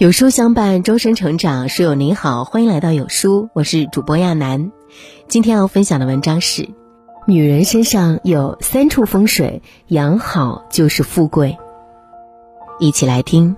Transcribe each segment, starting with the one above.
有书相伴，终身成长。书友您好，欢迎来到有书，我是主播亚楠。今天要分享的文章是：女人身上有3处风水，养好就是富贵。一起来听。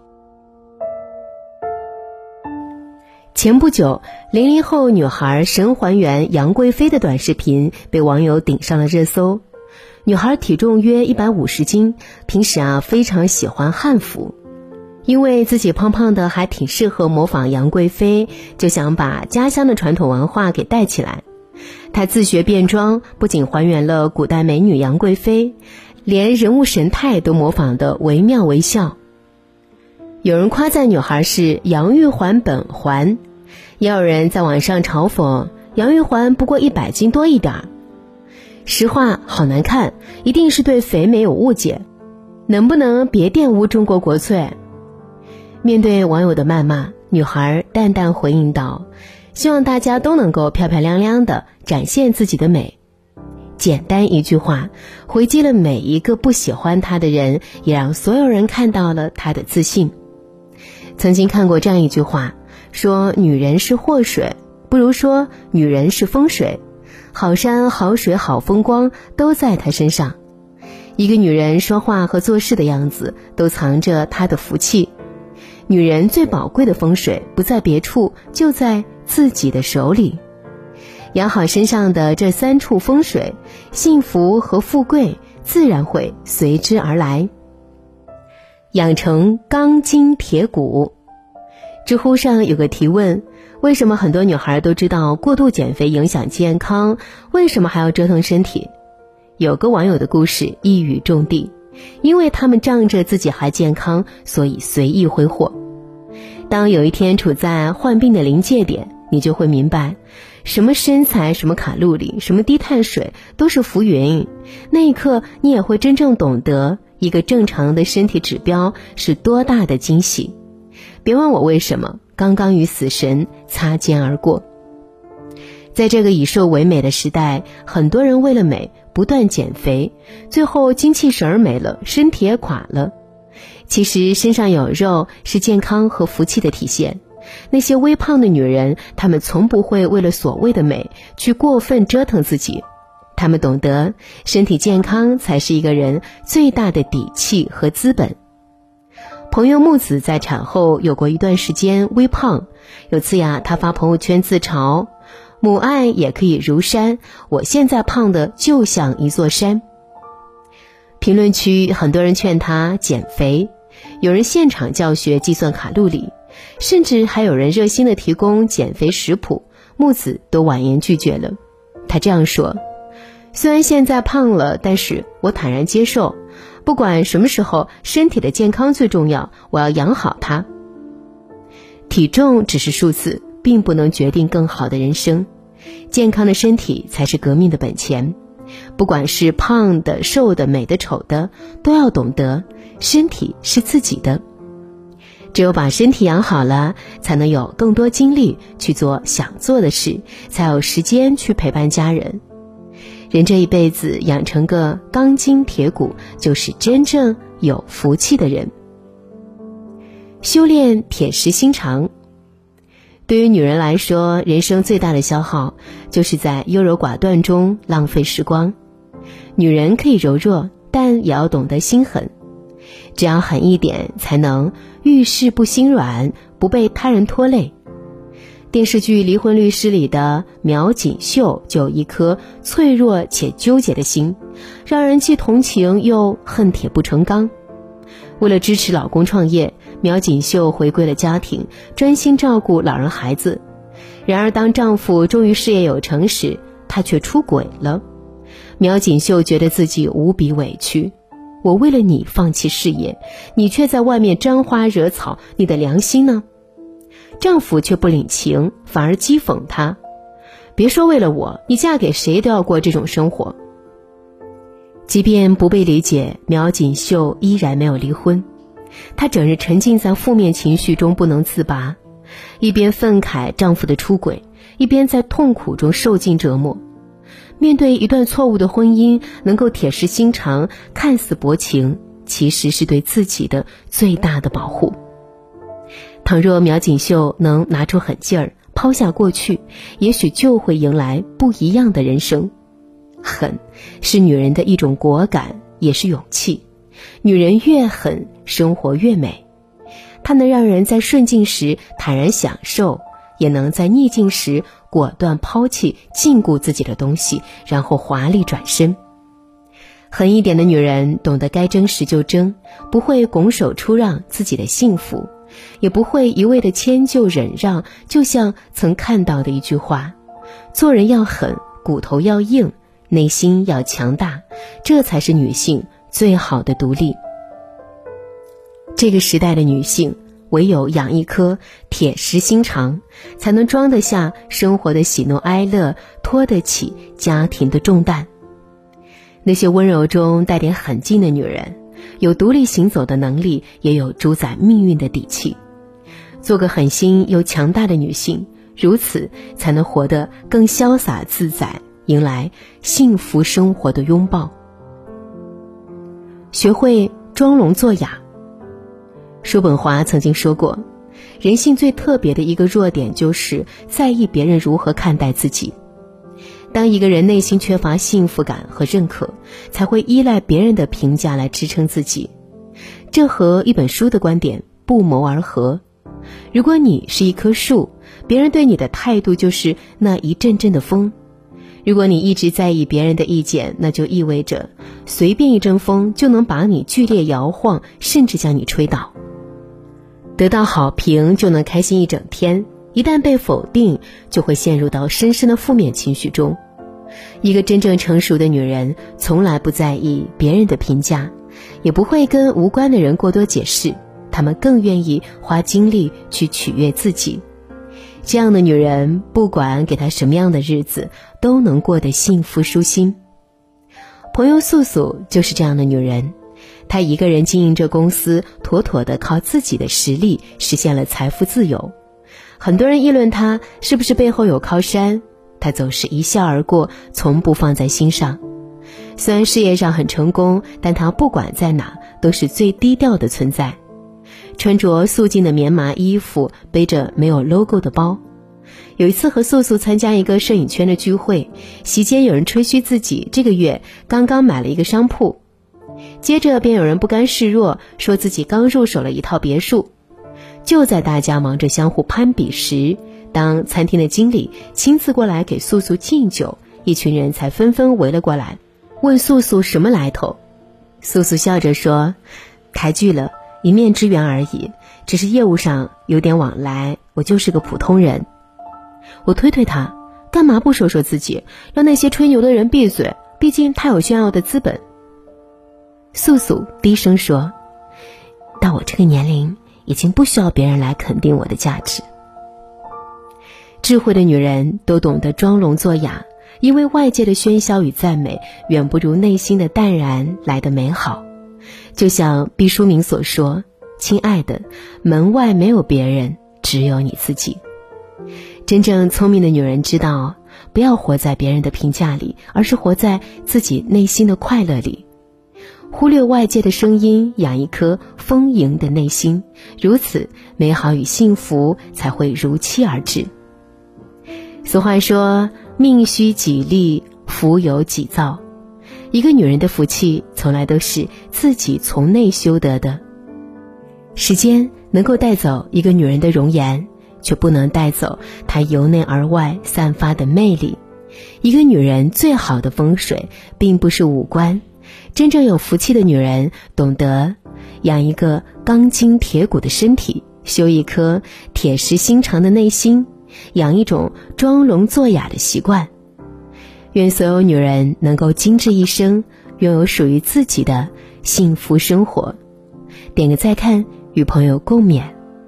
前不久，00后女孩神还原杨贵妃的短视频被网友顶上了热搜。女孩体重约150斤，平时非常喜欢汉服。因为自己胖胖的还挺适合模仿杨贵妃，就想把家乡的传统文化给带起来。她自学变装，不仅还原了古代美女杨贵妃，连人物神态都模仿得惟妙惟肖。有人夸赞女孩是杨玉环本环，也有人在网上嘲讽杨玉环不过100斤多一点。实话好难看，一定是对肥美有误解，能不能别玷污中国国粹？面对网友的谩骂，女孩淡淡回应道：希望大家都能够漂漂亮亮的展现自己的美。简单一句话，回击了每一个不喜欢她的人，也让所有人看到了她的自信。曾经看过这样一句话，说女人是祸水，不如说女人是风水，好山好水好风光都在她身上。一个女人说话和做事的样子都藏着她的福气。女人最宝贵的风水不在别处，就在自己的手里。养好身上的这3处风水，幸福和富贵自然会随之而来。养成钢筋铁骨。知乎上有个提问：为什么很多女孩都知道过度减肥影响健康，为什么还要折腾身体？有个网友的故事一语中的，因为他们仗着自己还健康，所以随意挥霍。当有一天处在患病的临界点，你就会明白，什么身材，什么卡路里，什么低碳水都是浮云。那一刻你也会真正懂得，一个正常的身体指标是多大的惊喜。别问我为什么，刚刚与死神擦肩而过。在这个以瘦为美的时代，很多人为了美不断减肥，最后精气神儿没了，身体也垮了。其实身上有肉是健康和福气的体现。那些微胖的女人，她们从不会为了所谓的美去过分折腾自己。她们懂得，身体健康才是一个人最大的底气和资本。朋友木子在产后有过一段时间微胖，有次她发朋友圈自嘲：母爱也可以如山，我现在胖的就像一座山。评论区很多人劝她减肥，有人现场教学计算卡路里，甚至还有人热心的提供减肥食谱，木子都婉言拒绝了。她这样说：虽然现在胖了，但是我坦然接受，不管什么时候，身体的健康最重要，我要养好它。体重只是数字，并不能决定更好的人生，健康的身体才是革命的本钱。不管是胖的、瘦的、美的、丑的，都要懂得身体是自己的。只有把身体养好了，才能有更多精力去做想做的事，才有时间去陪伴家人。人这一辈子养成个钢筋铁骨，就是真正有福气的人。修炼铁石心肠。对于女人来说，人生最大的消耗就是在优柔寡断中浪费时光。女人可以柔弱，但也要懂得心狠。只要狠一点，才能遇事不心软，不被他人拖累。电视剧《离婚律师》里的苗锦绣就有一颗脆弱且纠结的心，让人既同情又恨铁不成钢。为了支持老公创业，苗锦绣回归了家庭，专心照顾老人孩子。然而当丈夫终于事业有成时，她却出轨了。苗锦绣觉得自己无比委屈，我为了你放弃事业，你却在外面沾花惹草，你的良心呢？丈夫却不领情，反而讥讽她：别说为了我，你嫁给谁都要过这种生活。即便不被理解，苗锦绣依然没有离婚。她整日沉浸在负面情绪中不能自拔，一边愤慨丈夫的出轨，一边在痛苦中受尽折磨。面对一段错误的婚姻，能够铁石心肠，看似薄情，其实是对自己的最大的保护。 倘若苗锦绣能拿出狠劲儿，抛下过去，也许就会迎来不一样的人生。狠是女人的一种果敢，也是勇气。女人越狠，生活越美。它能让人在顺境时坦然享受，也能在逆境时果断抛弃禁锢自己的东西，然后华丽转身。狠一点的女人懂得该争时就争，不会拱手出让自己的幸福，也不会一味的迁就忍让。就像曾看到的一句话，做人要狠，骨头要硬，内心要强大，这才是女性最好的独立。这个时代的女性，唯有养一颗铁石心肠，才能装得下生活的喜怒哀乐，拖得起家庭的重担。那些温柔中带点狠劲的女人，有独立行走的能力，也有主宰命运的底气。做个狠心又强大的女性，如此才能活得更潇洒自在，迎来幸福生活的拥抱。学会装聋作哑。叔本华曾经说过，人性最特别的一个弱点就是在意别人如何看待自己。当一个人内心缺乏幸福感和认可，才会依赖别人的评价来支撑自己。这和一本书的观点不谋而合。如果你是一棵树，别人对你的态度就是那一阵阵的风。如果你一直在意别人的意见，那就意味着随便一阵风就能把你剧烈摇晃，甚至将你吹倒。得到好评就能开心一整天，一旦被否定，就会陷入到深深的负面情绪中。一个真正成熟的女人，从来不在意别人的评价，也不会跟无关的人过多解释，她们更愿意花精力去取悦自己。这样的女人，不管给她什么样的日子，都能过得幸福舒心。朋友素素就是这样的女人，她一个人经营着公司，妥妥的靠自己的实力实现了财富自由。很多人议论她是不是背后有靠山，她总是一笑而过，从不放在心上。虽然事业上很成功，但她不管在哪都是最低调的存在。穿着素净的棉麻衣服，背着没有 logo 的包。有一次和素素参加一个摄影圈的聚会，席间有人吹嘘自己这个月刚刚买了一个商铺，接着便有人不甘示弱，说自己刚入手了一套别墅。就在大家忙着相互攀比时，当餐厅的经理亲自过来给素素敬酒，一群人才纷纷围了过来，问素素什么来头。素素笑着说，抬举了，一面之缘而已，只是业务上有点往来，我就是个普通人。我推推他，干嘛不说说自己，让那些吹牛的人闭嘴，毕竟他有炫耀的资本。素素低声说，到我这个年龄，已经不需要别人来肯定我的价值。智慧的女人都懂得装聋作哑，因为外界的喧嚣与赞美远不如内心的淡然来得美好。就像毕淑敏所说，亲爱的，门外没有别人，只有你自己。真正聪明的女人知道，不要活在别人的评价里，而是活在自己内心的快乐里。忽略外界的声音，养一颗丰盈的内心，如此美好与幸福才会如期而至。俗话说，命须己立，福有己造。一个女人的福气从来都是自己从内修得的。时间能够带走一个女人的容颜，却不能带走她由内而外散发的魅力。一个女人最好的风水并不是五官，真正有福气的女人懂得养一个钢筋铁骨的身体，修一颗铁石心肠的内心，养一种装聋作哑的习惯。愿所有女人能够精致一生，拥有属于自己的幸福生活。点个再看，与朋友共勉。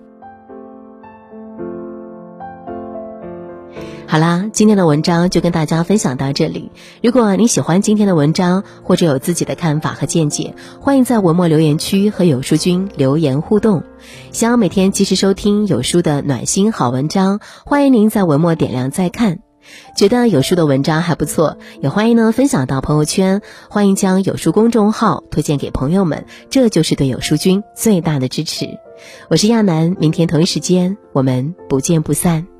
好啦，今天的文章就跟大家分享到这里。如果你喜欢今天的文章，或者有自己的看法和见解，欢迎在文末留言区和有书君留言互动。想要每天及时收听有书的暖心好文章，欢迎您在文末点亮再看。觉得有书的文章还不错，也欢迎呢分享到朋友圈，欢迎将有书公众号推荐给朋友们，这就是对有书君最大的支持。 我是亚楠，明天同一时间我们不见不散。